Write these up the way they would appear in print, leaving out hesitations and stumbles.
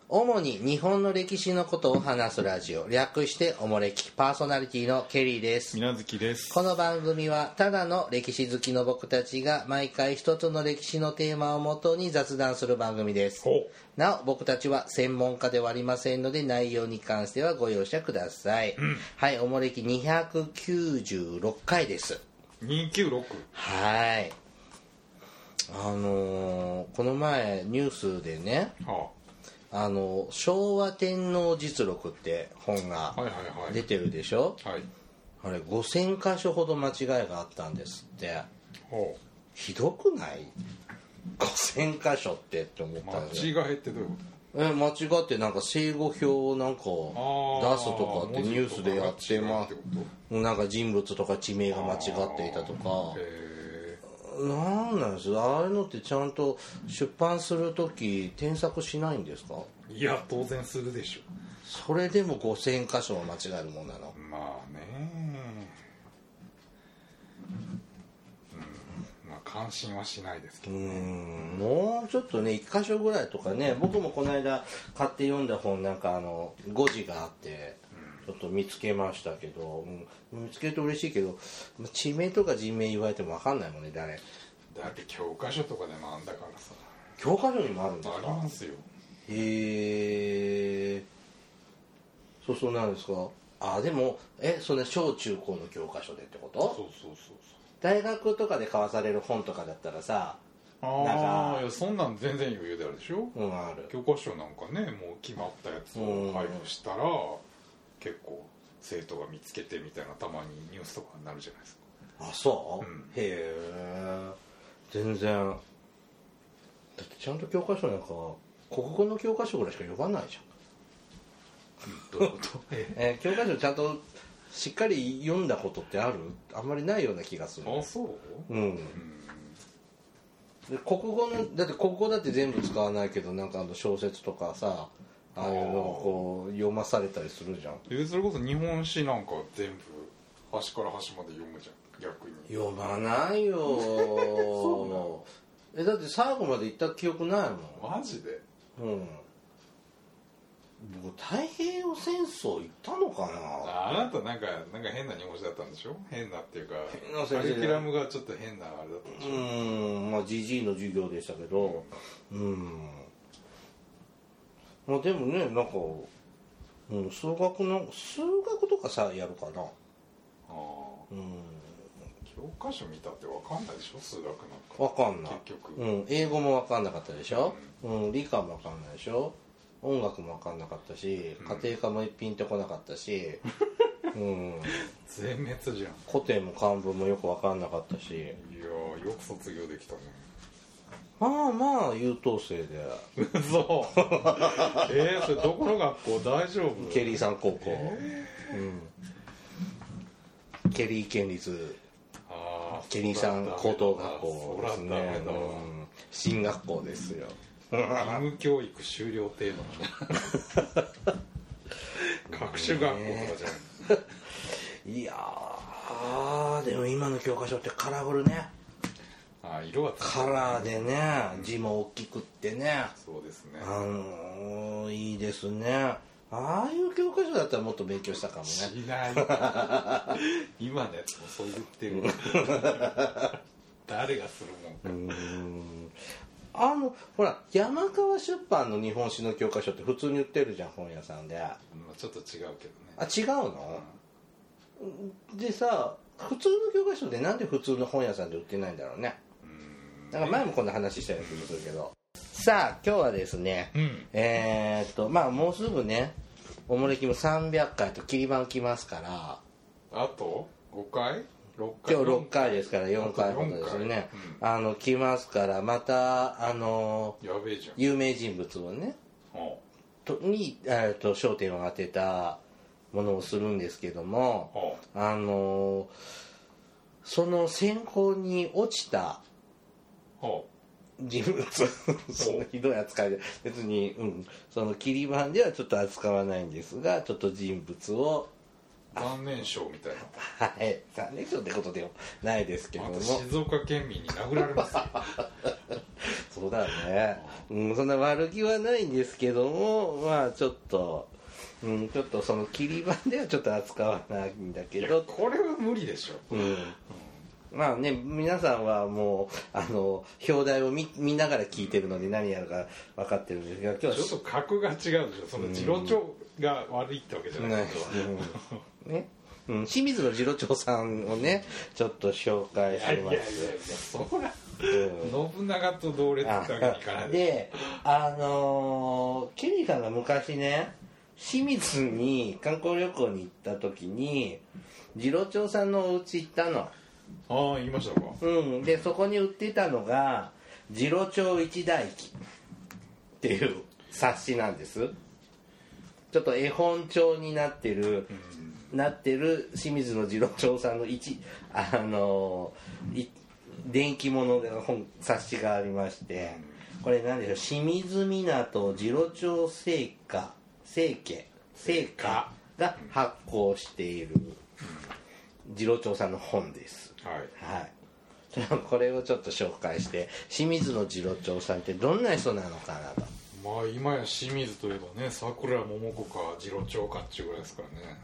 主に日本の歴史のことを話すラジオ、略しておもれき、パーソナリティのケリーです。 みなずきです。 この番組はただの歴史好きの僕たちが毎回一つの歴史のテーマをもとに雑談する番組です。なお僕たちは専門家ではありませんので内容に関してはご容赦ください。はい、おもれき296回です。 296。 はい。この前ニュースでね、昭和天皇実録って本が出てるでしょ、 はい、 あれ5000箇所ほど間違いがあったんですって。ひどくない ?5000 箇所って思ったんで。 間違いってどういうこと？ 間違ってなんか正誤表をなんか出すとかってニュースでやってなんか人物とか地名が間違っていたとか。なんですああいうのってちゃんと出版するとき添削しないんですか？ いや当然するでしょ。 それでも5000箇所を間違えるもんなの？ まあね、まあ感心はしないですけどね。 もうちょっとね1箇所ぐらいとかね。僕もこの間買って読んだ本なんか誤字があってちょっと見つけましたけど、見つけると嬉しいけど地名とか人名言われても分かんないもんね。誰だって教科書とかでもあんだからさ。 教科書にもあるんですか？ ありますよ。 へえ。そうなんですか。でもそれ小中高の教科書でってこと？ そう大学とかで交わされる本とかだったらさ、 いやそんなん全然余裕であるでしょ。 ある。 教科書なんかねもう決まったやつを配布したら結構生徒が見つけてみたいなたまにニュースとかになるじゃないですか。 そう、へえ。全然だってちゃんと教科書なんか国語の教科書ぐらいしか読まないじゃん。どういうこと教科書ちゃんとしっかり読んだことってある？あんまりないような気がする。 そう？ で国語のだって国語だって全部使わないけどなんか小説とかさああいうのをこう読まされたりするじゃん。 それこそ日本史なんか全部端から端まで読むじゃん。逆に読まないよ。そうなの？だって最後まで行った記憶ないもん。 マジで？ 僕太平洋戦争行ったのかな。 あなたなんか変な日本史だったんでしょ。変なっていうかカ変な先生リキュラムがちょっと変なあれだったんでしょ。 まあジジイの授業でしたけどまあでもねなんか数学とかさやるかな。 教科書見たって分かんないでしょ。数学なんか分かんない。 結局英語も分かんなかったでしょ。理科も分かんないでしょ。音楽も分かんなかったし、家庭科もピンとこなかったし全滅じゃん。 古典も漢文もよく分かんなかったし。いやよく卒業できたね。 まあ優等生でそうそれどこの学校大丈夫？ ケリーさん高校、ケリー県立ケリーさん高等学校ですね。進学校ですよ。 義務教育終了程度の学習学校とかじゃない。 いやでも今の教科書ってカラフルね。 色はカラーでね、字も大きくってね。 そうですね。 いいですね。ああいう教科書だったらもっと勉強したかもね。 しない今のやつもそう言ってる誰がするもんか。 ほら山川出版の日本史の教科書って普通に売ってるじゃん本屋さんで。 ちょっと違うけどね。 違うの？でさ普通の教科書でなんで普通の本屋さんで売ってないんだろうね。なんか前もこんな話したような気がするけど。さあ今日はですね、まあもうすぐねおもれきも300回と切り番来ますから。 あと5回今日6回ですから4回ほどですよね。来ますからまたやべえじゃん。 有名人物をねに焦点を当てたものをするんですけども、その選考に落ちた人物そのひどい扱いで別に、その切り番ではちょっと扱わないんですがちょっと人物を残念賞みたいな。 はい残念賞ってことでもないですけども、 静岡県民に殴られますよそうだね、そんな悪気はないんですけども、まあちょっと、ちょっとその切り板ではちょっと扱わないんだけど、 これは無理でしょ。 まあね、皆さんはもう表題を見ながら聞いてるので何やるか分かってるんですが、今日はちょっと格が違うでしょ。その次郎長が悪いってわけじゃないけど、 ね、清水の次郎長さんをねちょっと紹介します。 いやそこら信長と同列ってわけにいかないでケリーさんが昔ね清水に観光旅行に行った時に次郎長さんのお家行ったの。 ああ、言いましたか。 でそこに売ってたのが次郎長一代記っていう冊子なんです。ちょっと絵本調になってる、清水の次郎長さんの電気物の冊子がありまして、これ何でしょう、清水湊次郎長製菓が発行している次郎長さんの本です。はい、これをちょっと紹介して、清水の次郎長さんってどんな人なのかなと。 まあ今や清水といえばね、桜桃子か次郎長かっていうぐらいです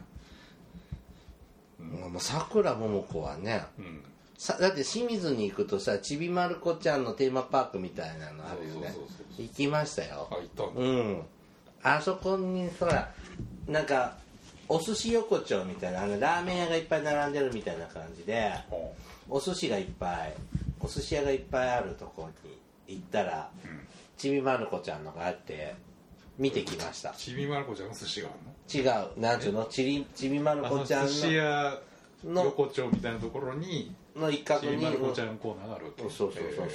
からね。 もう桜桃子はね、だって清水に行くとさ、ちびまる子ちゃんのテーマパークみたいなのあるよね。行きましたよ。 行ったんだ。あそこにほらなんかお寿司横丁みたいなラーメン屋がいっぱい並んでるみたいな感じで、お寿司屋がいっぱいあるところに行ったら、ちびまる子ちゃんのがあって見てきました。 ちびまる子ちゃんの寿司があるの？ 違う、なんちゅうの、ちびまる子ちゃんの寿司屋横丁みたいなところにの一角にちびまる子ちゃんコーナーがあるわけ。 そう、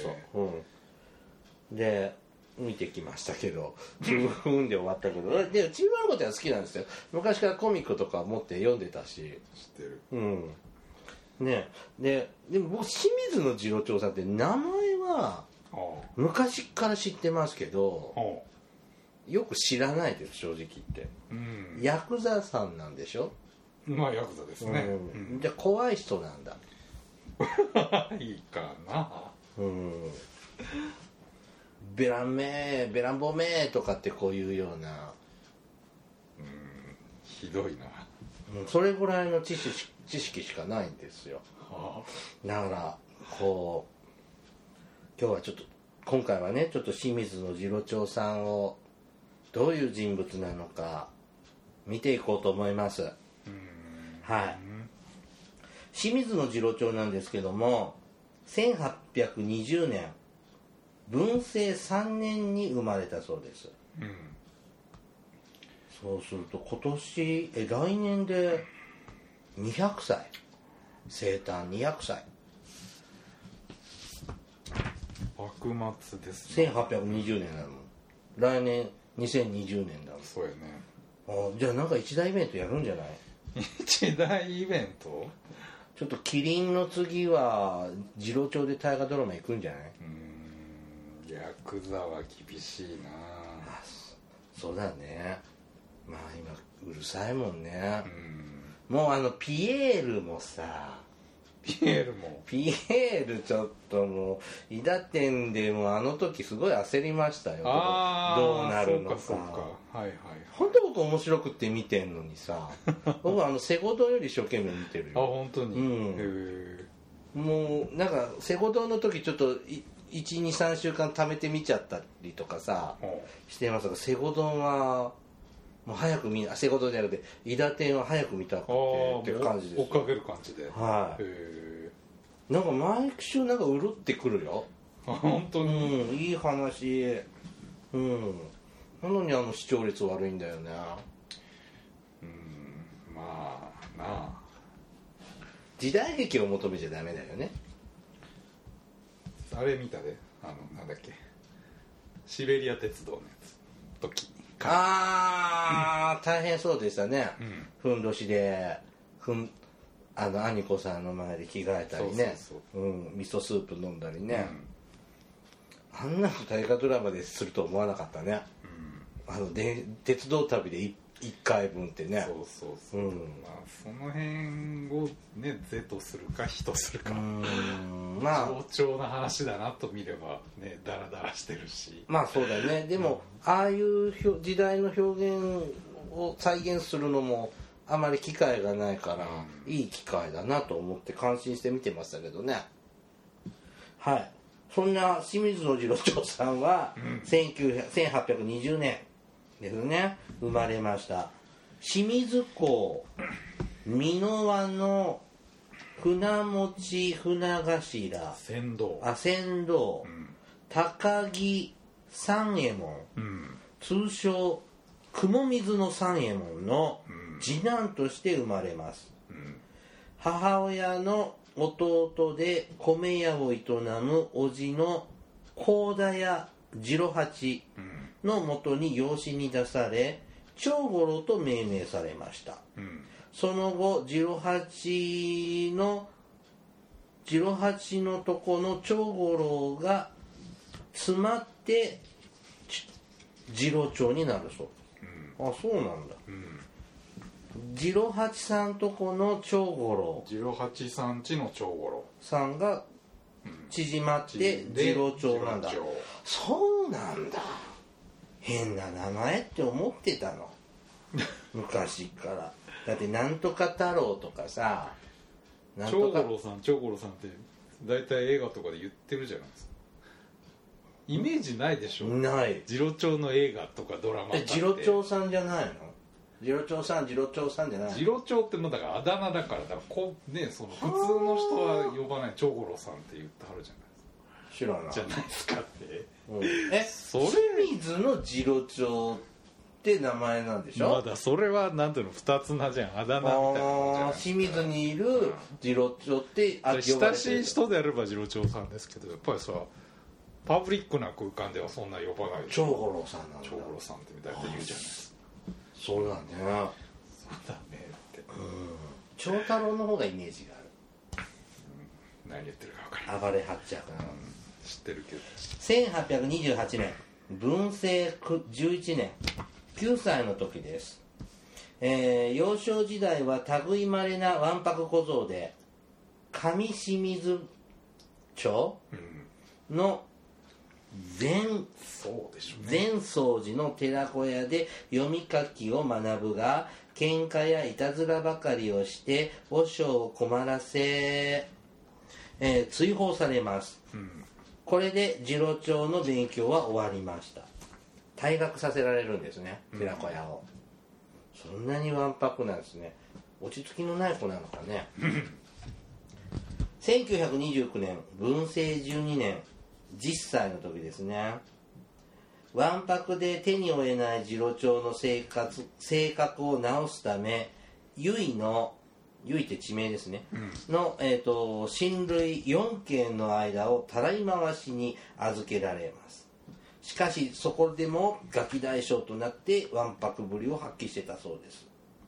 で見てきましたけどうんで終わったけど、でちびまる子ちゃん好きなんですよ。昔からコミックとか持って読んでたし。 知ってる。 ね、でも僕清水の次郎長さんって名前は昔から知ってますけど、よく知らないです、正直言って。ヤクザさんなんでしょ。 まあヤクザですね。 じゃあ怖い人なんだ。 いいかな。 ベランボめーとかってこういうような、 ひどいな。 それぐらいの知識しかないんですよ。だからこう今回はねちょっと清水の次郎長さんをどういう人物なのか見ていこうと思います。はい。清水の次郎長なんですけども、1820年文政3年に生まれたそうです。そうすると来年で200歳、生誕200歳。 幕末ですね。 1820年なの。来年2020年だもん。 そうやね。 じゃあなんか一大イベントやるんじゃない？ 一大イベント？ ちょっとキリンの次は次郎長で大河ドラマ行くんじゃない？ ヤクザは厳しいな。 そうだね。まあ今うるさいもんね。もうピエールもさ、ピエールちょっともう伊達店でもあの時すごい焦りましたよ。どうなるのか。 そうか。 本当僕面白くって見てんのにさ、僕セゴドンより一生懸命見てるよ。 本当に。 もうなんかセゴドンの時ちょっと1,2,3週間貯めて見ちゃったりとかさしてますが、セゴドンはもう早くセゴドンじゃなくて伊達店は早く見たくてっていう感じです。 追っかける感じで。 なんか毎週なんかうるってくるよ。 本当に。 いい話。なのに視聴率悪いんだよね。 まあなあ。 時代劇を求めちゃダメだよね。 あれ見たで、なんだっけ、シベリア鉄道のやつ時。 大変そうでしたね。ふんどしで兄子さんの前で着替えたりね、味噌スープ飲んだりね、あんなの大河ドラマですると思わなかったね。鉄道旅で 1回分ってね。 そうそうそう、まあその辺をね是とするか非とするか、まあ冗長な話だなと見ればねダラダラしてるし、 まあそうだよね。でも、ああいう時代の表現を再現するのもあまり機会がないから、いい機会だなと思って感心して見てましたけどね。はい。そんな清水の次郎長さんは、1820年ですね、生まれました。清水港美濃輪の船持船頭船頭高木三右衛門、通称雲水の三右衛門の次男として生まれます。母親の弟で米屋を営む叔父の高田屋次郎八のもとに養子に出され長五郎と命名されました。その後次郎八のとこの長五郎が詰まって次郎長になるそうです。あ、そうなんだ。次郎八さんとこの長五郎、 次郎八さんちの長五郎さんが縮まって次郎長なんだ。そうなんだ。変な名前って思ってたの昔から。だってなんとか太郎とかさ、 長五郎さんって大体映画とかで言ってるじゃないですか。イメージないでしょ。 ない。 次郎長の映画とかドラマって次郎長さんじゃないの。次郎長さんじゃない。 次郎長ってのだからあだ名だからね、その普通の人は呼ばない長五郎さんって言ってはるじゃないですか。 知らない。 じゃないですかって。 それ清水の次郎長って名前なんでしょ。 まだそれはなんていうの二つ名じゃん、あだ名みたいなもんじゃない。 清水にいる次郎長って親しい人であれば次郎長さんですけど、やっぱりさパブリックな空間ではそんな呼ばないでしょ。 長五郎さんなんだ。 長五郎さんって大体言うじゃないですか。 そうなんだよ。 そうだねって。 長太郎の方がイメージがある。 何言ってるか分からない。 暴れ八着なの。 知ってるけど。 1828年文政11年9歳の時です。幼少時代は類まれなわんぱく小僧で上清水町の善宗寺の寺子屋で読み書きを学ぶが、喧嘩やいたずらばかりをして和尚を困らせ、追放されます。これで次郎長の勉強は終わりました。退学させられるんですね、寺子屋を。そんなにわんぱくなんですね。落ち着きのない子なのかね。1929年文政12年10歳の時ですね。わんぱくで手に負えない次郎長の性格を直すため、由って地名ですね、の、親類4軒の間をたらい回しに預けられます。しかしそこでもガキ大将となってわんぱくぶりを発揮してたそうです。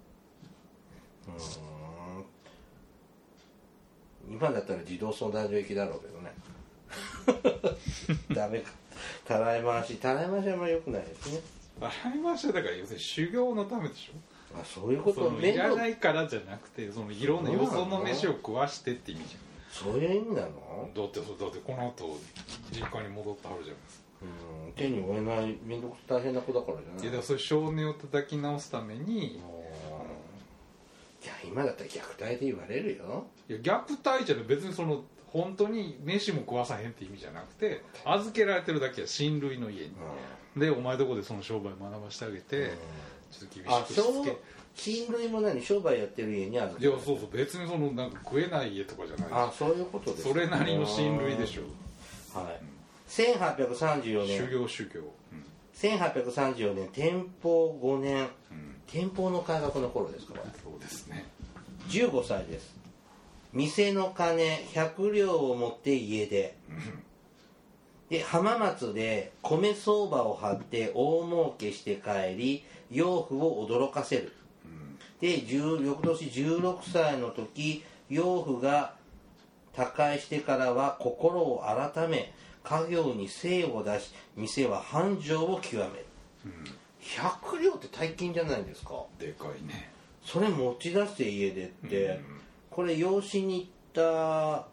今だったら児童相談所行きだろうけどねダメか。たらい回しはあんまり良くないですね。 たらい回しはだから要するに修行のためでしょ。 あ、そういうことね。いらないからじゃなくて、そのいろんなよその飯を食わしてって意味じゃん。そういう意味なの？ だってこの後実家に戻ってはるじゃないですか。 手に負えない面倒く大変な子だからじゃない。 いや、だからそういう少年を叩き直すために。いや、今だったら虐待で言われるよ。 いや、虐待じゃない。別にその本当に飯も食わさへんって意味じゃなくて、預けられてるだけは親類の家に、でお前どこでその商売学ばしてあげて、ちょっと厳しくしつけ。 親類も商売やってる家に預ける。 いや、そう別にそのなんか食えない家とかじゃない。 あ、そういうことです。 それなりの親類でしょ。 はい。1834年修行、 1834年天保5年、天保の改革の頃ですから。 そうですね。 15歳です。店の金100両を持って家で、で浜松で米相場を張って大儲けして帰り養父を驚かせる。で翌年16歳の時、養父が他界してからは心を改め家業に精を出し、店は繁盛を極める。 100両って大金じゃないんですか。 でかいね。 それ持ち出して家でって、これ養子に行った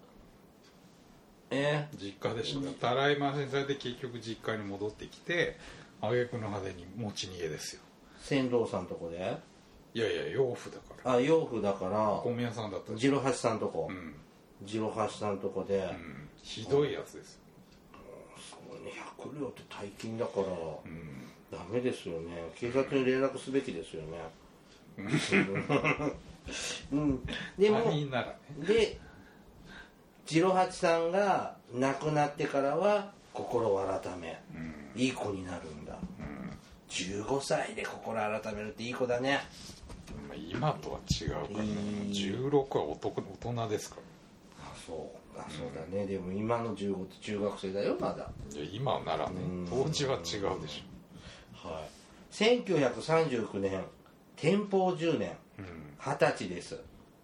実家でしょ。たらい回しにされて結局実家に戻ってきて挙句の果てに持ち逃げですよ。 船頭さんとこで。 いやいや養父だから。 養父だから米屋さんだった次郎橋さんとこ、次郎橋さんとこで、 ひどいやつですよ。 そうね、100両って大金だから、ダメですよね。警察に連絡すべきですよね。でも他人ならね。 で次郎八さんが亡くなってからは心を改め、いい子になるんだ、15歳で心改めるっていい子だね。 今とは違うからね。16は大人ですから。 そうだね、でも今の15って中学生だよまだ。 いや今ならね、当時は違うでしょ。はい。1939年天保10年、20歳です。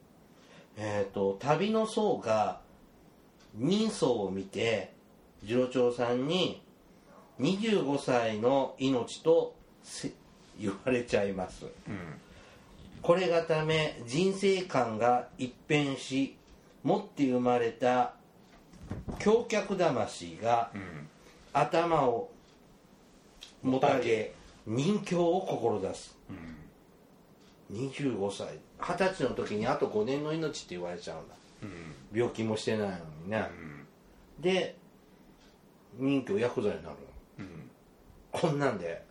旅の僧が人相を見て次郎長さんに25歳の命と言われちゃいます、これがため人生観が一変し、持って生まれた狂客魂が頭をもたげ人侠を志す、25歳20歳の時にあと5年の命って言われちゃうんだ、病気もしてないのにね、で任侠ヤクザになるの、こんなんで、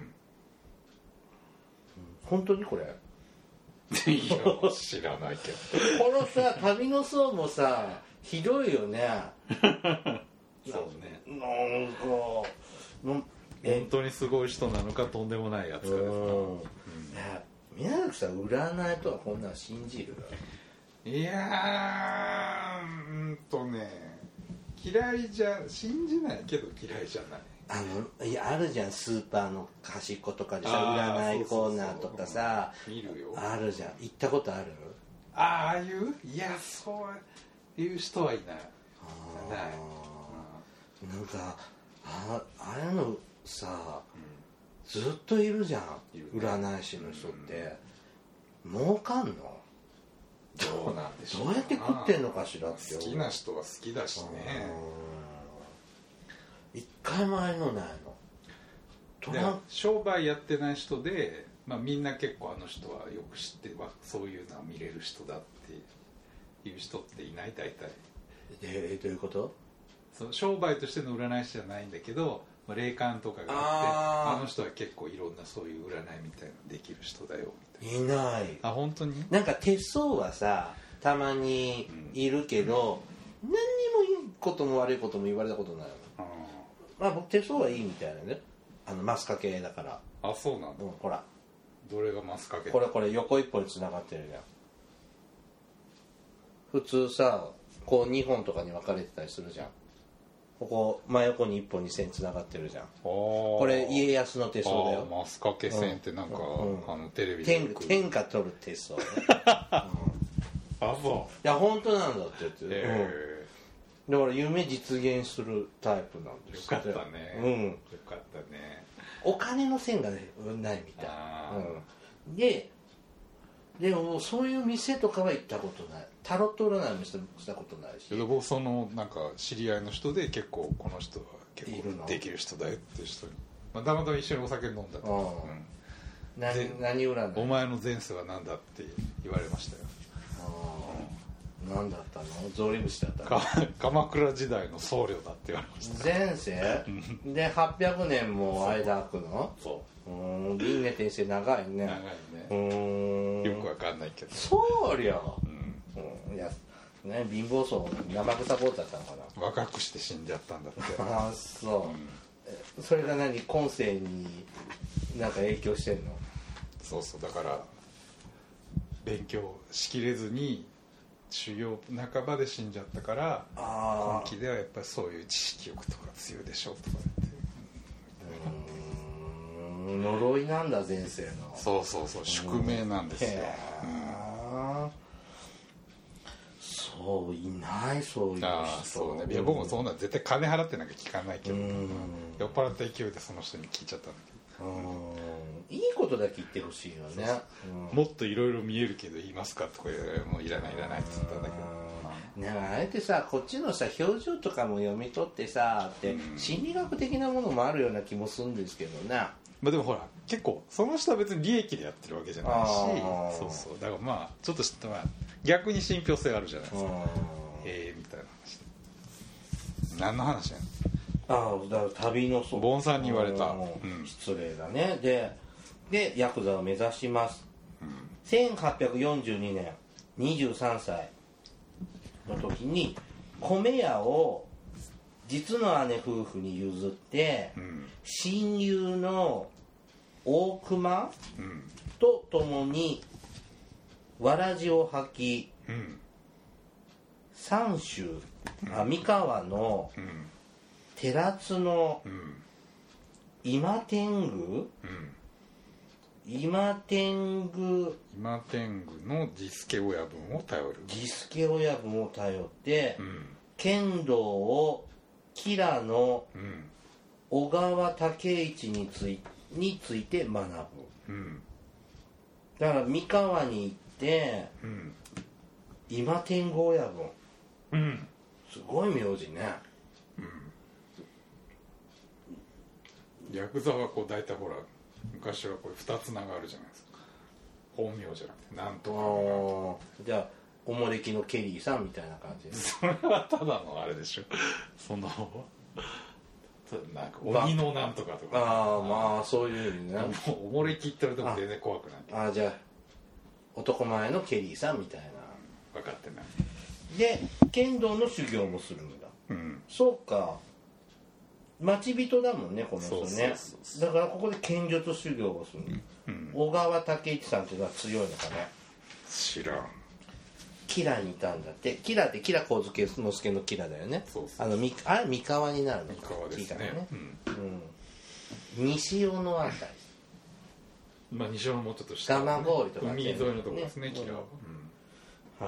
本当にこれいや知らないけどこのさ旅の僧もさひどいよね。 そうね、 なんか本当にすごい人なのかとんでもないやつかですか。 宮崎さん占いとはこんなん信じる？ いや嫌いじゃ信じないけど嫌いじゃない。 いやあるじゃん、スーパーの端っことかでさ占いコーナーとかさ見るよ。 あるじゃん。行ったことある？ ああいういやそういう人はいない。 なんかあれのさ、ずっといるじゃん、占い師の人って。儲かんの？ どうなんでしょう。 どうやって食ってんのかしらって。 好きな人は好きだしね。 一回もあれのないの。 で商売やってない人で、みんな結構あの人はよく知ってそういうのを見れる人だっていう人っていない？大体どういうこと？ その商売としての占い師じゃないんだけど、霊感とかがあって、あの人は結構いろんなそういう占いみたいなのできる人だよみたいな。 いない。 本当に？ なんか手相はさたまにいるけど、何にもいいことも悪いことも言われたことないの。僕手相はいいみたいなね。マスカ系だから。 そうなんだ。 ほらどれがマスカ系？ これ横一本に繋がってるじゃん。普通さこう2本とかに分かれてたりするじゃん。ここ真横に1本に線繋がってるじゃん。これ家康の手相だよ。 マスカケ線ってなんか、テレビで天下取る手相ね。 そう。 いや本当なんだって言ってる。だから夢実現するタイプなんですよかったね。よかったね。 お金の線がねないみたい。でもそういう店とかは行ったことない。タロット占いもしたことないし。 僕そのなんか知り合いの人で結構この人は結構できる人だよっていう人に、たまたま一緒にお酒飲んだと、 何占い？ お前の前世は何だって言われましたよ。 何だったの？ゾウリムシだったの？ 鎌倉時代の僧侶だって言われました。 前世で800年も間空くの？ そう輪廻転生長いね。 長いね。よくわかんないけど。 そうりゃ。いやね、貧乏層生臭こうだったのかな。 若くして死んじゃったんだって。 そう、それが何今世になんか影響してんの？ そうだから勉強しきれずに修行半ばで死んじゃったから、今期ではやっぱりそういう知識欲とか強いでしょとか言って、呪いなんだ前世の。 そう宿命なんですよ。 そういないそういう人。 そうね。いや僕もそんな絶対金払ってなんか聞かないけど、酔っ払った勢いでその人に聞いちゃったんだいいことだけ言ってほしいよね。 もっといろいろ見えるけど言いますかとかもういらないって言ったんだけど、 ね、あえてさこっちのさ表情とかも読み取ってさって心理学的なものもあるような気もするんですけどね。 まあ、でもほら結構その人は別に利益でやってるわけじゃないし、そうそうだからまあちょっとまあ逆に信憑性あるじゃないですか。みたいな話。何の話やん。 だから旅のボンさんに言われた、 失礼だね。でヤクザを目指します、1842年23歳の時に米屋を実の姉夫婦に譲って、親友の大熊と共にわらじを履き、三州三河の寺津の今天狗の治助親分を頼る。 治助親分を頼って、剣道を吉良の小川武一について学ぶ、だから三河に行って、今天狗親分、すごい名字ね。 ヤクザはこう大体ほら昔はこれ2つ名があるじゃないですか。本名じゃなくてなんとか。 じゃあおもれきのケリーさんみたいな感じでそれはただのあれでしょ。そのなんか鬼のなんとかとか。 まあそういう意味ね。 おもれきって言ったらでも全然怖くない。 じゃあ男前のケリーさんみたいな。 分かってない。 で剣道の修行もするんだ。そうか。町人だもんねこの人ね。だからここで剣術修行をする、小川武一さんっていうのは強いのかね。 知らん。 吉良にいたんだって。吉良って吉良上野介の吉良だよね。あれ三河になるのか。 三河ですね。 西尾のあたり、 まあ西尾のもうちょっと下、 蒲郡とか海沿いのところですね。吉良は、 はい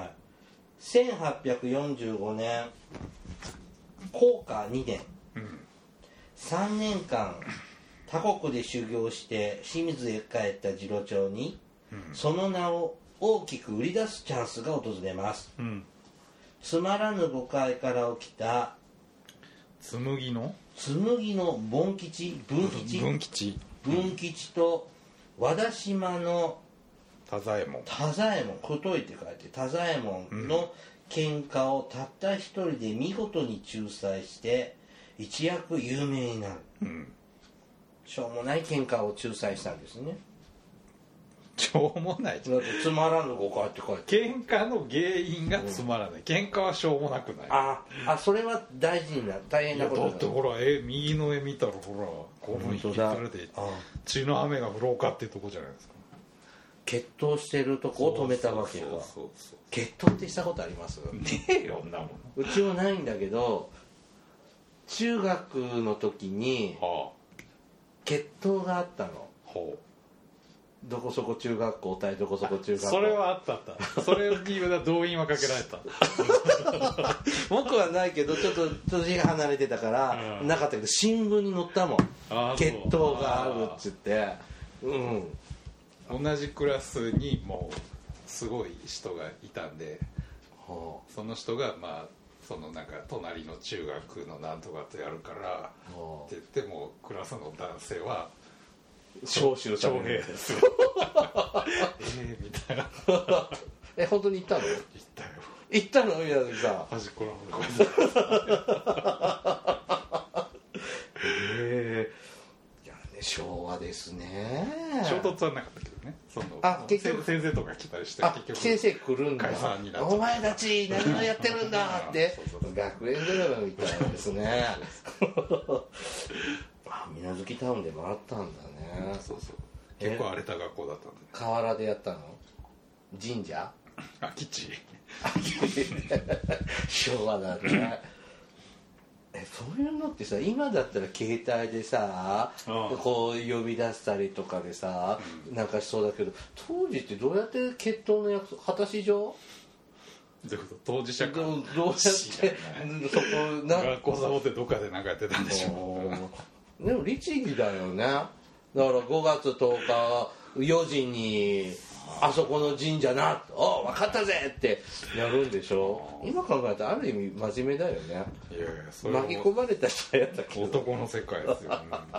。1845年弘化2年、3年間他国で修行して清水へ帰った次郎長に、その名を大きく売り出すチャンスが訪れます、つまらぬ誤解から起きた紬の文吉と和田島の太左衛門、 太いって書いて太左衛門の喧嘩をたった一人で見事に仲裁して一躍有名になる、しょうもない喧嘩を仲裁したんですね。 しょうもないだってつまらぬ誤解って書いて喧嘩の原因がつまらない、喧嘩はしょうもなくない。 それは大変なことだってほら右の絵見たらほらこの引き連れて血の雨が降ろうかっていうとこじゃないですか。 決闘してるとこを止めたわけか。決闘ってしたことあります？ ねえよんなもの。 うちはないんだけど中学の時に決闘があったの。どこそこ中学校対どこそこ中学校。 それはあったそれに動員はかけられた僕はないけどちょっと年が離れてたから、なかったけど新聞に載ったもん。決闘があるっつって、 同じクラスにもうすごい人がいたんで、その人がまあそのなんか隣の中学のなんとかとやるからって言ってもクラスの男性は招集される。 徴兵ですよみたいな本当に行ったの？ 行ったよ。 行ったの？宮崎さん端っこのいやね、昭和ですね。 衝突はなかったけどね。 結局先生とか来たりして結局先生来るんだ。 解散になっちゃお前たち何をやってるんだって学園ドラマみたいなんですね水無月タウンでもあったんだね。 結構荒れた学校だったんで。 河原でやったの？神社？ 空き地昭和だねそういうのってさ今だったら携帯でさこう呼び出したりとかでさ、なんかしそうだけど当時ってどうやって決闘の約束果たし状？ どういうこと？当事者かどうやってそこ学校サボってどっかで何かやってたんでしょうでも律儀だよね。 だから5月10日4時にあそこの神社なお分かったぜってやるんでしょ。今考えたらある意味真面目だよね。 いやいやそれ巻き込まれた人はやったけど男の世界ですよ、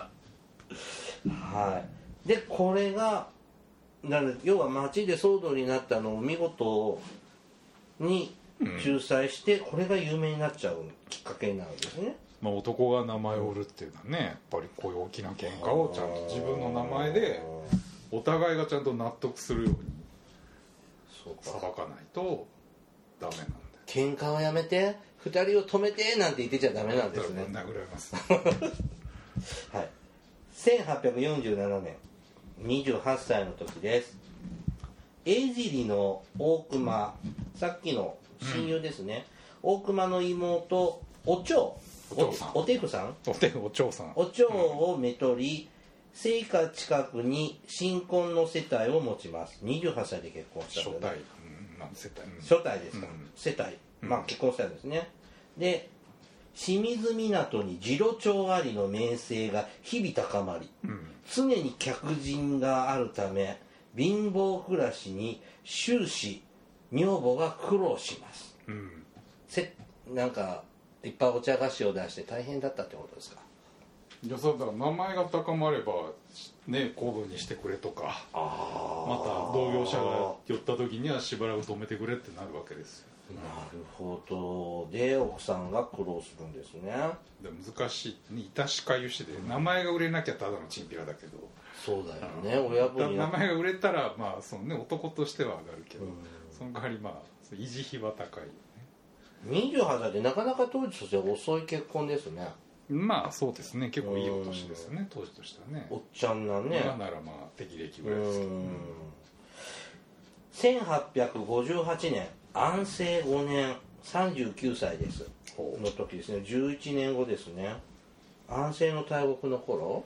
はい。でこれが要は町で騒動になったのを見事に仲裁して、これが有名になっちゃうきっかけになるんですね。 まあ、男が名前を売るっていうのはね、やっぱりこういう大きな喧嘩をちゃんと自分の名前でお互いがちゃんと納得するように裁かないとダメなんだよ。 喧嘩をやめて2人を止めてなんて言ってちゃダメなんですね。 殴られますはい。1847年28歳の時です。江尻の大隈、さっきの親友ですね、大隈の妹お蝶おてふさんお蝶さんお蝶をめとり、生家近くに新婚の世帯を持ちます。28歳で結婚したんだね。初帯ですか、世帯、まあ結婚したんですね。で清水港に次郎長ありの名声が日々高まり、常に客人があるため貧乏暮らしに終始女房が苦労します、なんかいっぱいお茶菓子を出して大変だったってことですか。 いやそうだから名前が高まればね公文にしてくれとか、また同業者が寄った時にはしばらく止めてくれってなるわけですよ。 なるほど。で奥さんが苦労するんですね。 で難しいね、致しかゆしで名前が売れなきゃただのチンピラだけど、 そうだよね、親分に名前が売れたらまあその、ね、男としては上がるけど、その代わりまあ維持費は高いよね。 28歳でなかなか当時としては遅い結婚ですね。 まあそうですね、結構いいお年ですよね、当時としてはね。 おっちゃんなね。 今ならまあ適齢ぐらいですけど、1858年安政5年39歳ですの時ですね。11年後ですね。安政の大国の頃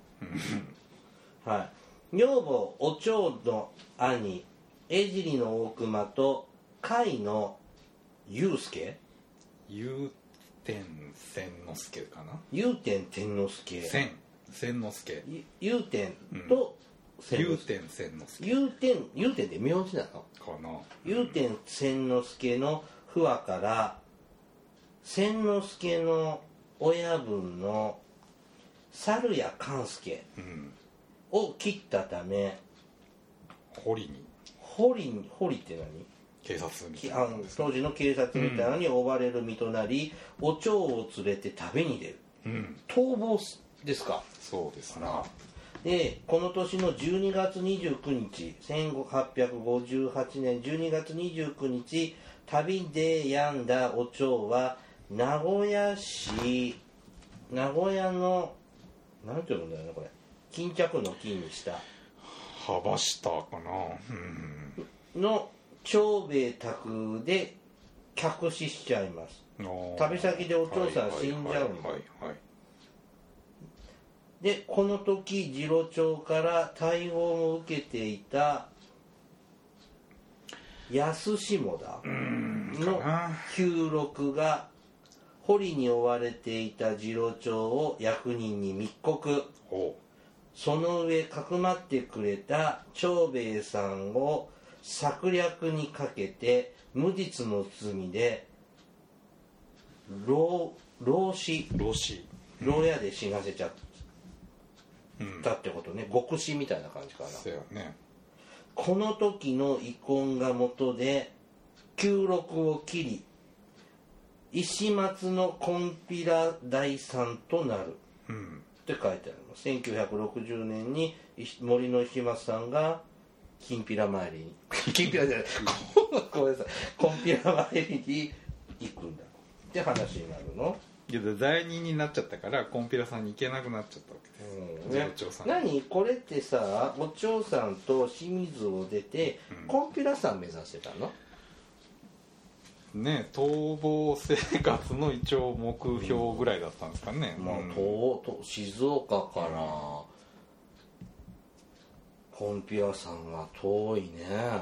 はい。女房お蝶の兄江尻の大隈と甲斐の祐介祐天千之助かな。 祐天天之助千之助祐天と祐天千之助祐天って名字なのかな。 祐天千之助の不和から千之助の親分の猿谷勘助を切ったため、 堀に堀って何？ 警察みたいな、ね、 当時の警察みたいなのに追われる身となり、お蝶を連れて旅に出る、逃亡ですか。 そうですね。 でこの年の12月29日1858年12月29日旅で病んだお蝶は名古屋のなんて読むんだよねこれ、巾着の金にした幅下かな、 の長兵衛宅で客死しちゃいます。旅先でお嬢さん死んじゃうんだ。でこの時次郎長から大号を受けていた安下田の旧録が堀に追われていた次郎長を役人に密告。その上かくまってくれた長兵衛さんを策略にかけて無実の罪で牢屋で死なせちゃったってことね。極死みたいな感じかな。 そうよね。 この時の遺恨が元で旧録を切り石松のこんぴら第三となる、って書いてあるの。1960年に森の石松さんがきんぴら参りにきんぴらじゃないごめんなさい、こんぴら参りに行くんだって話になるの。 いや罪人になっちゃったからコンピラさんに行けなくなっちゃったわけです、お嬢さん。 何これってさ、お嬢さんと清水を出て、こんぴらさん目指してたのね。 逃亡生活の一応目標ぐらいだったんですかね。 静岡からこんぴらさんは遠いね、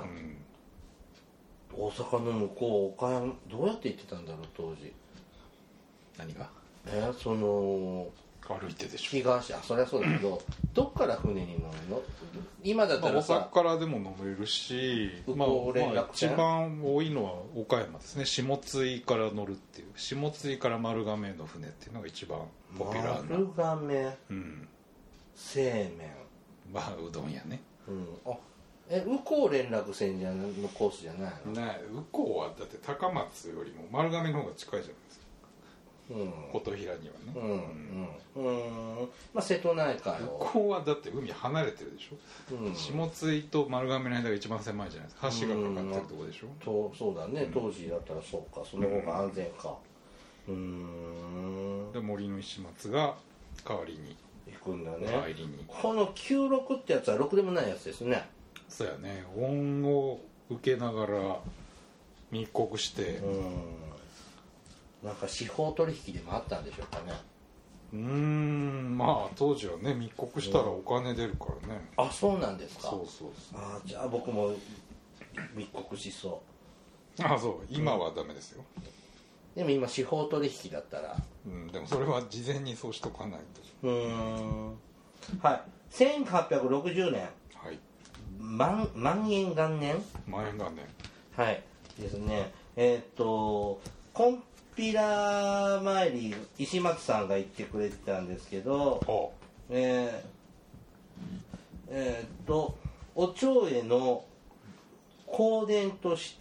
大阪の向こう岡山どうやって行ってたんだろう当時。 何が？ その歩いてでしょ。 東、そりゃそうだけどどっから船に乗るの？今だったらさ、 大阪からでも乗れるし、一番多いのは岡山ですね。下津井から乗るっていう、下津井から丸亀の船っていうのが一番ポピュラーな。 丸亀、製麺、 うどんやね。 宇高連絡船のコースじゃないの？ 宇高はだって高松よりも丸亀の方が近いじゃないですか。琴平にはね。 瀬戸内海宇高はだって海離れてるでしょ。下津井と丸亀の間が一番狭いじゃないですか。橋がかかってるとこでしょ。 そうだね、当時だったらそうか、その方が安全か。 で森の石松が代わりに行くんだね。 帰りにこの96ってやつはろくでもないやつですね。 そうやね。恩を受けながら密告して、 なんか司法取引でもあったんでしょうかね。 当時はね、密告したらお金出るからね。 あ、そうなんですか。 そうじゃあ僕も密告しそう。 そう今はダメですよ。 でも今司法取引だったら、 でもそれは事前にそうしとかないと。 はい、1860年、 はい、 万延元年はいですね。コンピラ参り、石松さんが言ってくれてたんですけど、お蝶への香典として、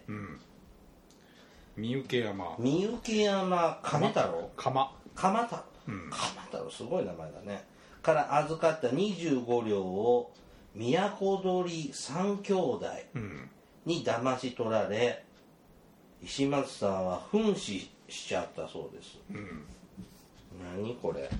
三請山金太郎、 鎌太郎、すごい名前だね。から預かった25両を都取三兄弟に騙し取られ、石松さんは紛死しちゃったそうです。何これ。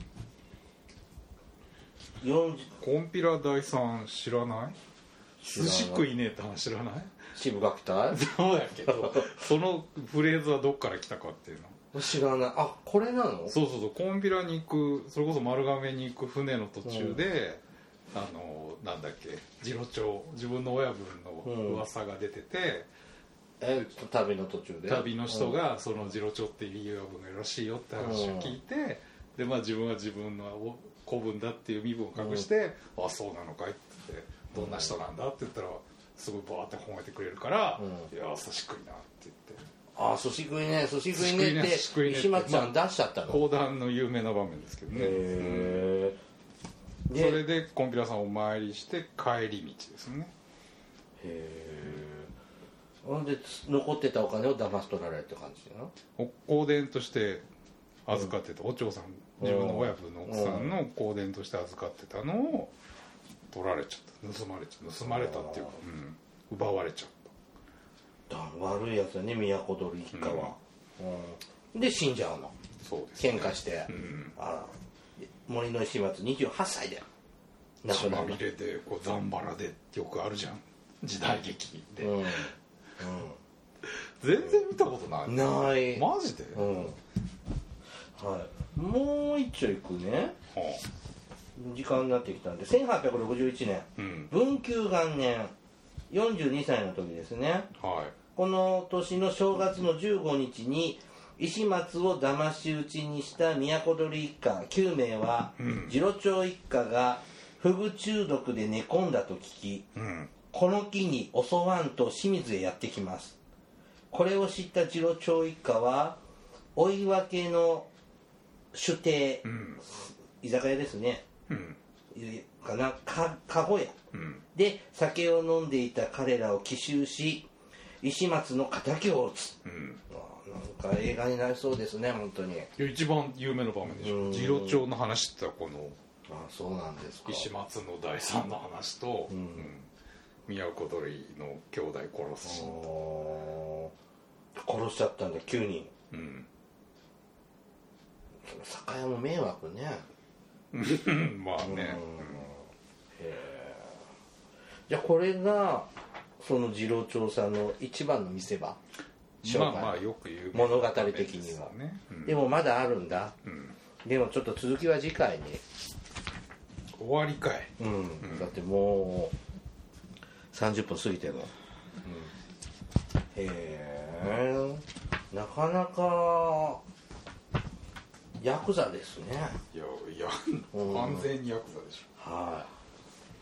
コンピラ大さん知らない？寿司食いねえって話知らない？ 渋垣隊？ そうやけどそのフレーズはどっから来たかっていうの知らない。これなの？ そうコンピラに行く、それこそ丸亀に行く船の途中で、なんだっけ、次郎長、自分の親分の噂が出てて、 旅の途中で旅の人がその次郎長っていう親分がいるらしいよって話を聞いて、で自分は自分の子分だっていう身分を隠して、そうなのかいって言って、どんな人なんだって言ったらすごいバーって褒めてくれるから、いや寿司食いなって言って、 寿司食いねって石松さん出しちゃったの。 講談の有名な場面ですけどね。それでコンピラさんをお参りして帰り道ですね。 ほんで残ってたお金を騙し取られるって感じだな。 香典として預かってた、お嬢さん、自分の親分の奥さんの香典として預かってたのを取られちゃった、盗まれたっていうか、奪われちゃった。 悪いやつだね、都取一家は。で死んじゃうの。 そうですね、 喧嘩して、森の石松28歳で亡くなる。 血まみれでざんばらでよくあるじゃん、時代劇で。全然見たことない。 ない。 マジで？ はい。もう一丁いくね。時間になってきたんで、1861年、文久元年、42歳の時ですね。この年の正月の15日に石松を騙し討ちにした都取一家9名は、次郎長一家がフグ中毒で寝込んだと聞き、この機に襲わんと清水へやってきます。これを知った次郎長一家は追い分けの酒亭、居酒屋ですね、かご屋、で酒を飲んでいた彼らを奇襲し石松の敵を討つ。なんか映画になりそうですね、本当に。 一番有名な場面でしょ。次郎長の話ってこのそうなんですか。 石松の大さんの話と、都取の兄弟殺す殺しちゃったんだ、9人。酒屋も迷惑ね。じゃあこれがその次郎長さんの一番の見せ場。 よく言う物語的には、でもまだあるんだ。でもちょっと続きは次回に。 終わりかい。 だってもう30分過ぎてるの。なかなかヤクザですね。 いや完全にヤクザでしょ。 はい。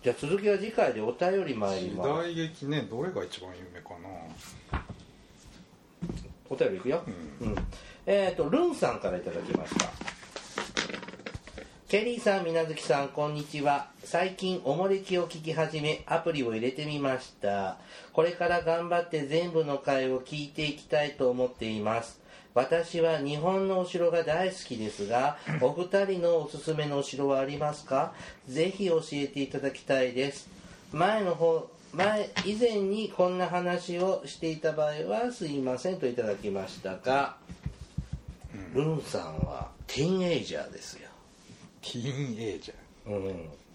じゃあ続きは次回でお便り参ります。 時代劇ね、どれが一番有名かな。 お便りいくよ、ルンさんからいただきました。ケリーさん、みなずきさん、こんにちは。最近おもれきを聞き始めアプリを入れてみました。これから頑張って全部の回を聞いていきたいと思っています。私は日本のお城が大好きですが、お二人のおすすめのお城はありますか？ぜひ教えていただきたいです。以前にこんな話をしていた場合はすいませんといただきましたが、ルンさんはティーンエイジャーですよ。 ティーンエイジャー。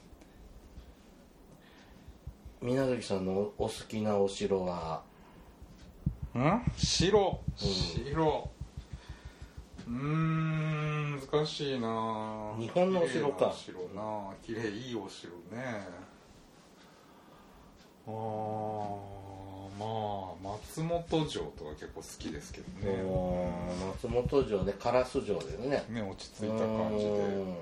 皆崎さんのお好きなお城は？ 城。難しいな。 日本のお城か。 綺麗いいお城ね。まあ松本城とか結構好きですけどね。 松本城ね、烏城ですね。 ね、落ち着いた感じで。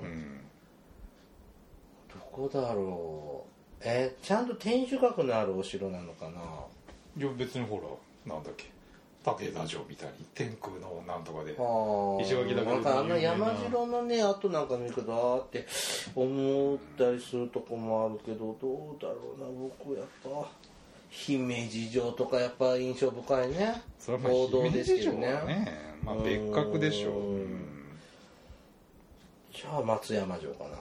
どこだろう。ちゃんと天守閣のあるお城なのかな。 いや別にほらなんだっけ、武田城みたいに天空のなんとかで石垣だけなんかあの山城のねあとなんか見るけどって思ったりするとこもあるけど、どうだろうな。僕やっぱ姫路城とかやっぱ印象深いね。 それは王道ですけどね。まあ別格でしょう。 じゃあ松山城かな。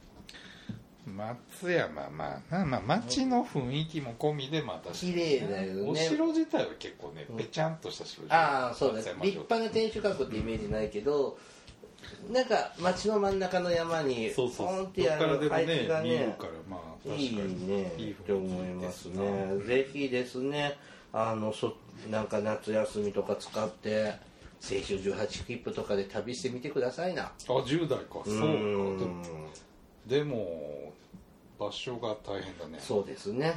松山、まあ町の雰囲気も込みでまた綺麗だよね。 お城自体は結構ねぺちゃんとした城じゃん。そうだ、立派な天守閣ってイメージないけど、なんか町の真ん中の山にポンってやる配置がね、いいねって思いますね。ぜひですね、なんか夏休みとか使って青春18切符とかで旅してみてくださいな。 10代か。そうか。でも場所が大変だね。 そうですね。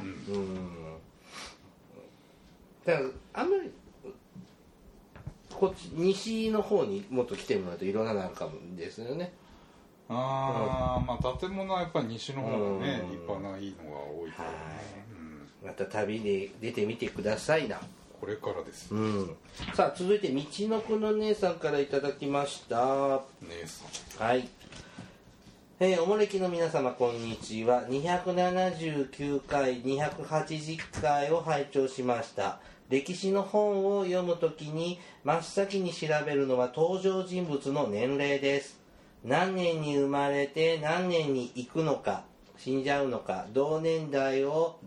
だからあんまりこっち西の方にもっと来てもらうといろんなのあるかもですよね。 まあ建物はやっぱり西の方がね立派ないいのが多いからね。 また旅で出てみてくださいな。 これからです。 さあ続いてみちのくの姉さんからいただきました。 姉さん、はい。おもれきの皆様こんにちは。279回280回を拝聴しました。歴史の本を読むときに真っ先に調べるのは登場人物の年齢です。何年に生まれて何年に行くのか、死んじゃうのか、同時代を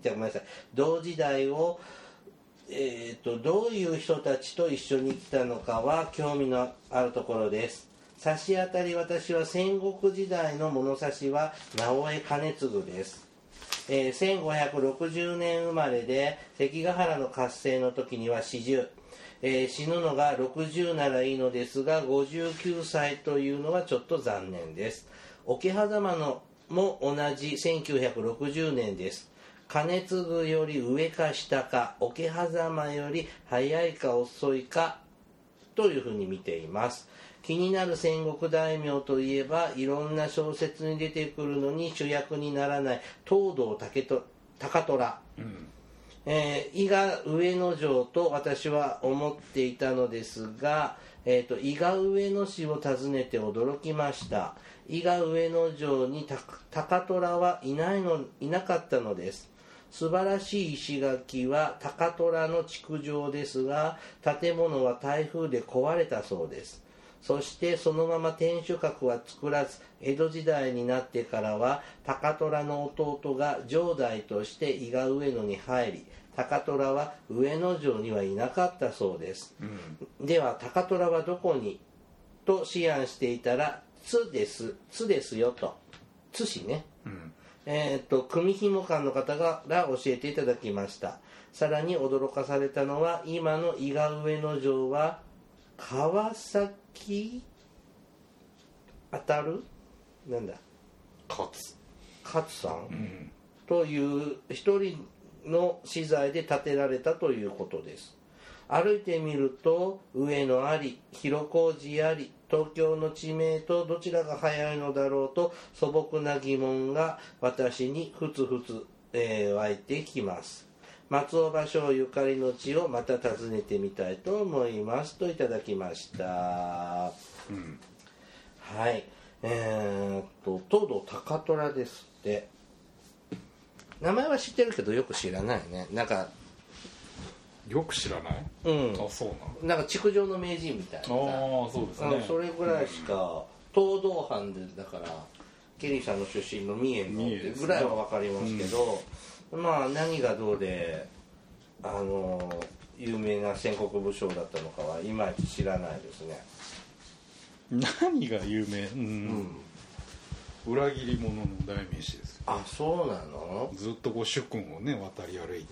どういう人たちと一緒に来たのかは興味のあるところです。差し当たり私は戦国時代の物差しは直江兼続です。1560年生まれで関ヶ原の合戦の時には40、死ぬのが60ならいいのですが59歳というのはちょっと残念です。桶狭間のも同じ1960年です。兼続より上か下か、桶狭間より早いか遅いかというふうに見ています。気になる戦国大名といえばいろんな小説に出てくるのに主役にならない東堂高虎、伊賀上野城と私は思っていたのですが、伊賀上野市を訪ねて驚きました。伊賀上野城に高虎はいなかったのです。素晴らしい石垣は高虎の築城ですが建物は台風で壊れたそうです。そしてそのまま天守閣は作らず、江戸時代になってからは高虎の弟が城代として伊賀上野に入り、高虎は上野城にはいなかったそうです。では高虎はどこにと思案していたら津ですよと。津市ね。組紐館の方から教えていただきました。さらに驚かされたのは今の伊賀上野城は川崎当たるなんだ勝さん、という一人の資材で建てられたということです。 歩いてみると上野あり広小路あり東京の地名とどちらが早いのだろうと素朴な疑問が私にふつふつ、湧いてきます。松尾芭蕉ゆかりの地をまた訪ねてみたいと思いますといただきました、はい。東堂高虎ですって。名前は知ってるけどよく知らないね。なんかよく知らない？ うん、 あ、そうなんか築城の名人みたいなさ。 ああ、そうですね。 それぐらいしか、東堂藩でだからケリーさんの出身の三重のってぐらいは分かりますけど、まあ何がどうで有名な戦国武将だったのかはいまいち知らないですね。 何が有名？裏切り者の代名詞です。 あ、そうなの？ ずっとこう主君をね渡り歩いて。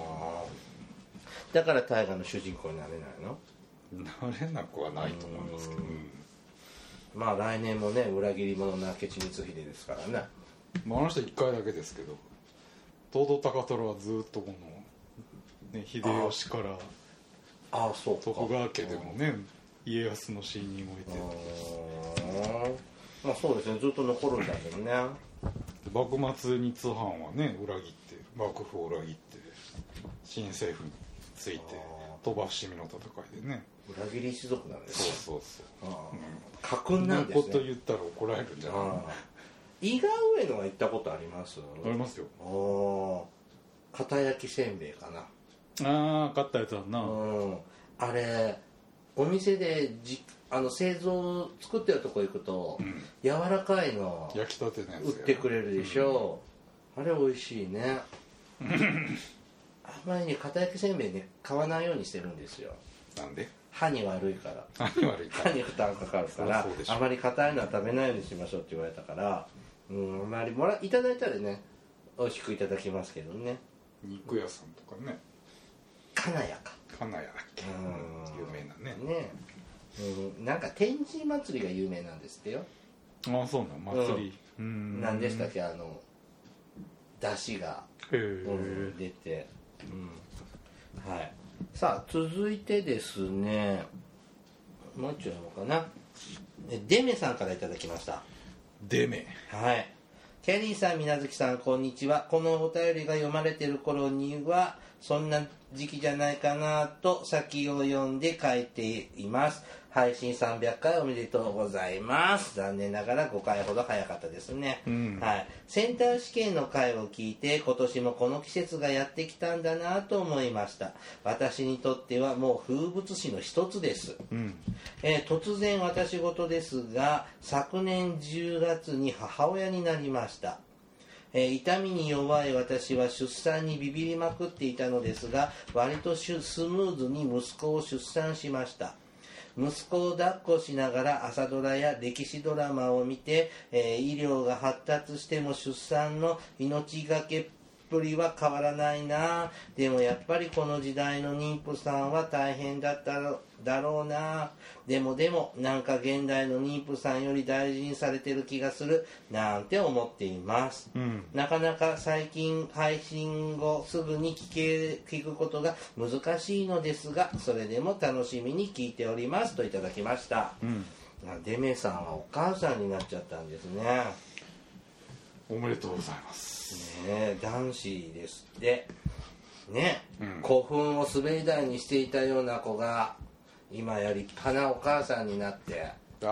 だから大河の主人公になれないの？ なれなくはないと思いますけど、 まあ来年もね裏切り者の明智光秀ですからね。 まああの人1回だけですけど、東堂高虎はずっとこの、ね、秀吉から徳川家でもね家康の信任を得て、 まあそうですね、ずっと残るんだけどね。 幕末に津藩はね裏切って幕府を裏切って新政府について鳥羽伏見の戦いでね裏切り一族なんですよ。 そう家訓なんですね。 そんなこと言ったら怒られるんじゃない？ 伊賀上野は行ったことあります？ ありますよ。 片焼きせんべいかな。 ああ、買ったやつだな。 あれお店で製造作ってるとこ行くと、柔らかいの焼きたてのやつ売ってくれるでしょ、あれ美味しいね。あんまりね片焼きせんべいね買わないようにしてるんですよ。 なんで？ 歯に悪いから。 歯に負担かかるからあまり硬いのは食べないようにしましょうって言われたから、あまりいただいたらね美味しくいただきますけどね。 肉屋さんとかね、 金谷か、 金谷だっけ、有名なね。なんか天神祭りが有名なんですってよ。 ああ、そうなの、祭り、 何でしたっけ、出汁が出て、はい。さあ続いてですね、もう一丁のかな、デメさんからいただきました。 デメ、 はい。キャリーさん、みなずきさん、こんにちは。このお便りが読まれてる頃にはそんな時期じゃないかなと先を読んで書いています。配信300回おめでとうございます。残念ながら5回ほど早かったですね、はい。センター試験の回を聞いて今年もこの季節がやってきたんだなと思いました。私にとってはもう風物詩の一つです、突然私事ですが昨年10月に母親になりました。痛みに弱い私は出産にビビりまくっていたのですが割とスムーズに息子を出産しました。息子を抱っこしながら朝ドラや歴史ドラマを見て、医療が発達しても出産の命がけっぷりは変わらないな。でもやっぱりこの時代の妊婦さんは大変だっただろうな。でもなんか現代の妊婦さんより大事にされてる気がするなんて思っています、なかなか最近配信後すぐに聞くことが難しいのですがそれでも楽しみに聞いておりますといただきました、デメさんはお母さんになっちゃったんですね。 おめでとうございますね。男子ですってね、古墳を滑り台にしていたような子が今や立派なお母さんになって、 そう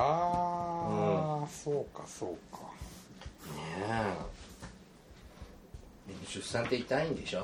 かねえ。でも出産って痛いんでしょ？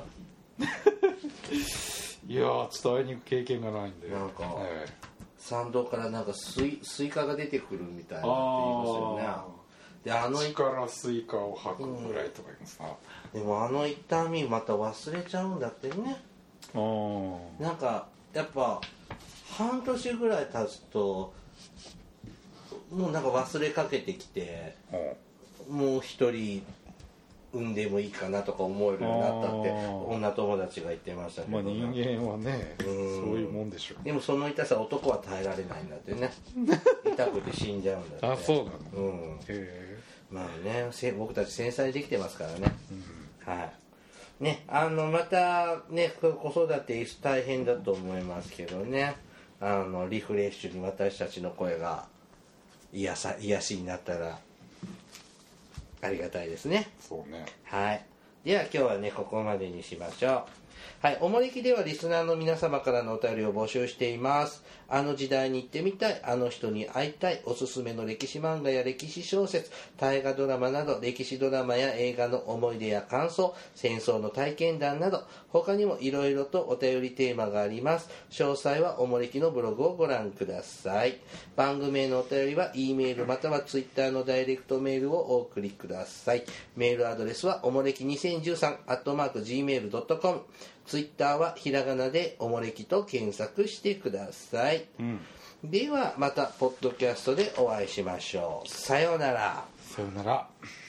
いやー、ちょっとあいにく経験がないんでなんか、産道からなんかスイカが出てくるみたいなって言いますよね。で力スイカを吐くぐらいとか言いますな、 でも痛みまた忘れちゃうんだってね。なんかやっぱ半年ぐらい経つともうなんか忘れかけてきて、もう一人産んでもいいかなとか思えるようになったって女友達が言ってましたけど、 人間はね、そういうもんでしょう。 でもその痛さ男は耐えられないんだってね。痛くて死んじゃうんだって。 あ、そうなの。 まあね、僕たち繊細できてますからね、はい。 ね、またね子育て大変だと思いますけどね、リフレッシュに私たちの声が癒しになったらありがたいですね。 そうね。 はい、では今日はねここまでにしましょう。はい、おもれきではリスナーの皆様からのお便りを募集しています。あの時代に行ってみたい、あの人に会いたい、おすすめの歴史漫画や歴史小説、大河ドラマなど歴史ドラマや映画の思い出や感想、戦争の体験談など他にもいろいろとお便りテーマがあります。詳細はおもれきのブログをご覧ください。番組へのお便りは E メールまたは Twitter のダイレクトメールをお送りください。メールアドレスはおもれき2013@gmail.com、ツイッターはひらがなでおもれきと検索してください。ではまたポッドキャストでお会いしましょう。さようなら。 さようなら。